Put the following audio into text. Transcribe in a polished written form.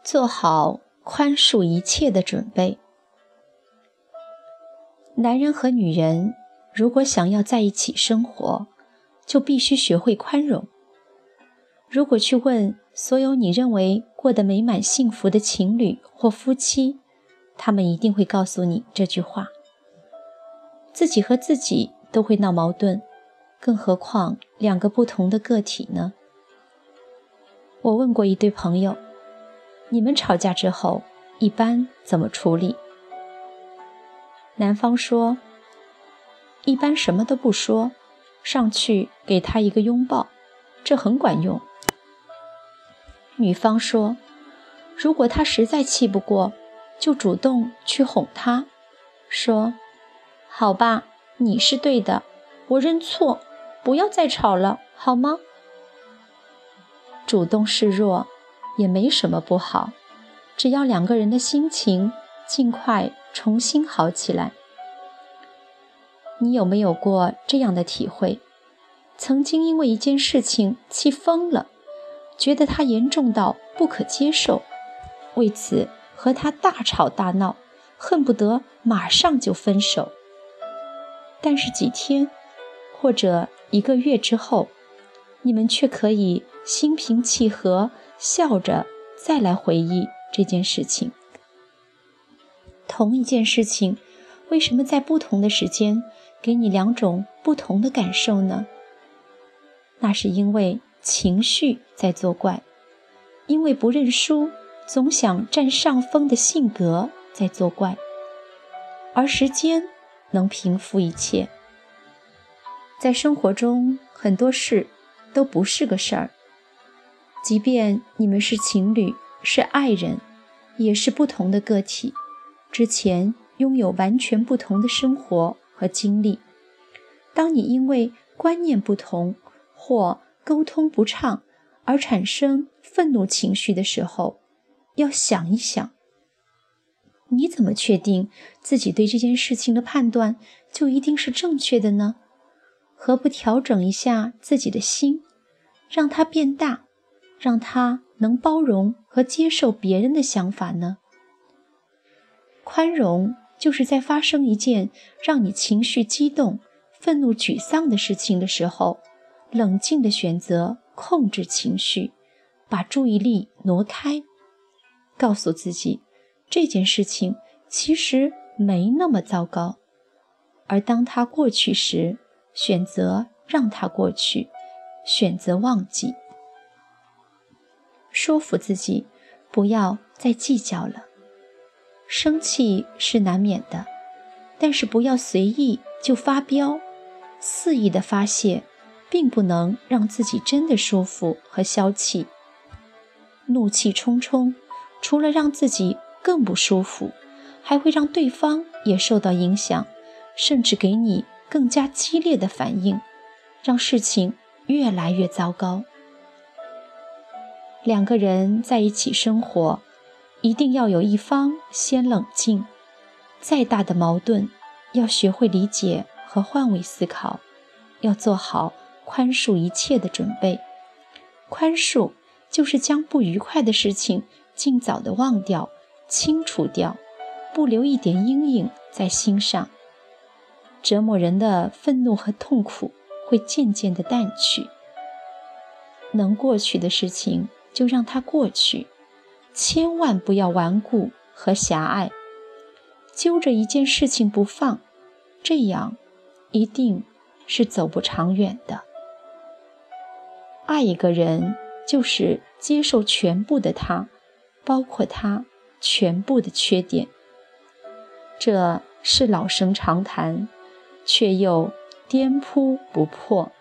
做好宽恕一切的准备。男人和女人如果想要在一起生活，就必须学会宽容。如果去问所有你认为过得美满幸福的情侣或夫妻，他们一定会告诉你这句话。自己和自己都会闹矛盾，更何况两个不同的个体呢？我问过一对朋友，你们吵架之后一般怎么处理？男方说，一般什么都不说，上去给他一个拥抱，这很管用。女方说，如果他实在气不过，就主动去哄他，说，好吧，你是对的，我认错，不要再吵了，好吗？主动示弱也没什么不好，只要两个人的心情尽快重新好起来。你有没有过这样的体会？曾经因为一件事情气疯了，觉得它严重到不可接受，为此和他大吵大闹，恨不得马上就分手。但是几天或者1个月之后，你们却可以心平气和，笑着再来回忆这件事情。同一件事情，为什么在不同的时间给你2种不同的感受呢？那是因为情绪在作怪，因为不认输，总想占上风的性格在作怪，而时间能平复一切。在生活中，很多事都不是个事儿，即便你们是情侣，是爱人，也是不同的个体，之前拥有完全不同的生活和经历。当你因为观念不同或沟通不畅而产生愤怒情绪的时候，要想一想，你怎么确定自己对这件事情的判断就一定是正确的呢？何不调整一下自己的心，让它变大，让它能包容和接受别人的想法呢？宽容就是在发生一件让你情绪激动、愤怒沮丧的事情的时候，冷静地选择控制情绪，把注意力挪开，告诉自己这件事情其实没那么糟糕，而当它过去时，选择让它过去，选择忘记。说服自己不要再计较了。生气是难免的，但是不要随意就发飙，肆意的发泄并不能让自己真的舒服和消气。怒气冲冲，除了让自己更不舒服，还会让对方也受到影响，甚至给你更加激烈的反应，让事情越来越糟糕。2个人在一起生活，一定要有一方先冷静，再大的矛盾，要学会理解和换位思考，要做好宽恕一切的准备。宽恕就是将不愉快的事情尽早的忘掉、清除掉，不留一点阴影在心上。折磨人的愤怒和痛苦会渐渐的淡去。能过去的事情就让它过去，千万不要顽固和狭隘，揪着一件事情不放，这样一定是走不长远的。爱一个人就是接受全部的他，包括他全部的缺点。这是老生常谈，却又颠扑不破。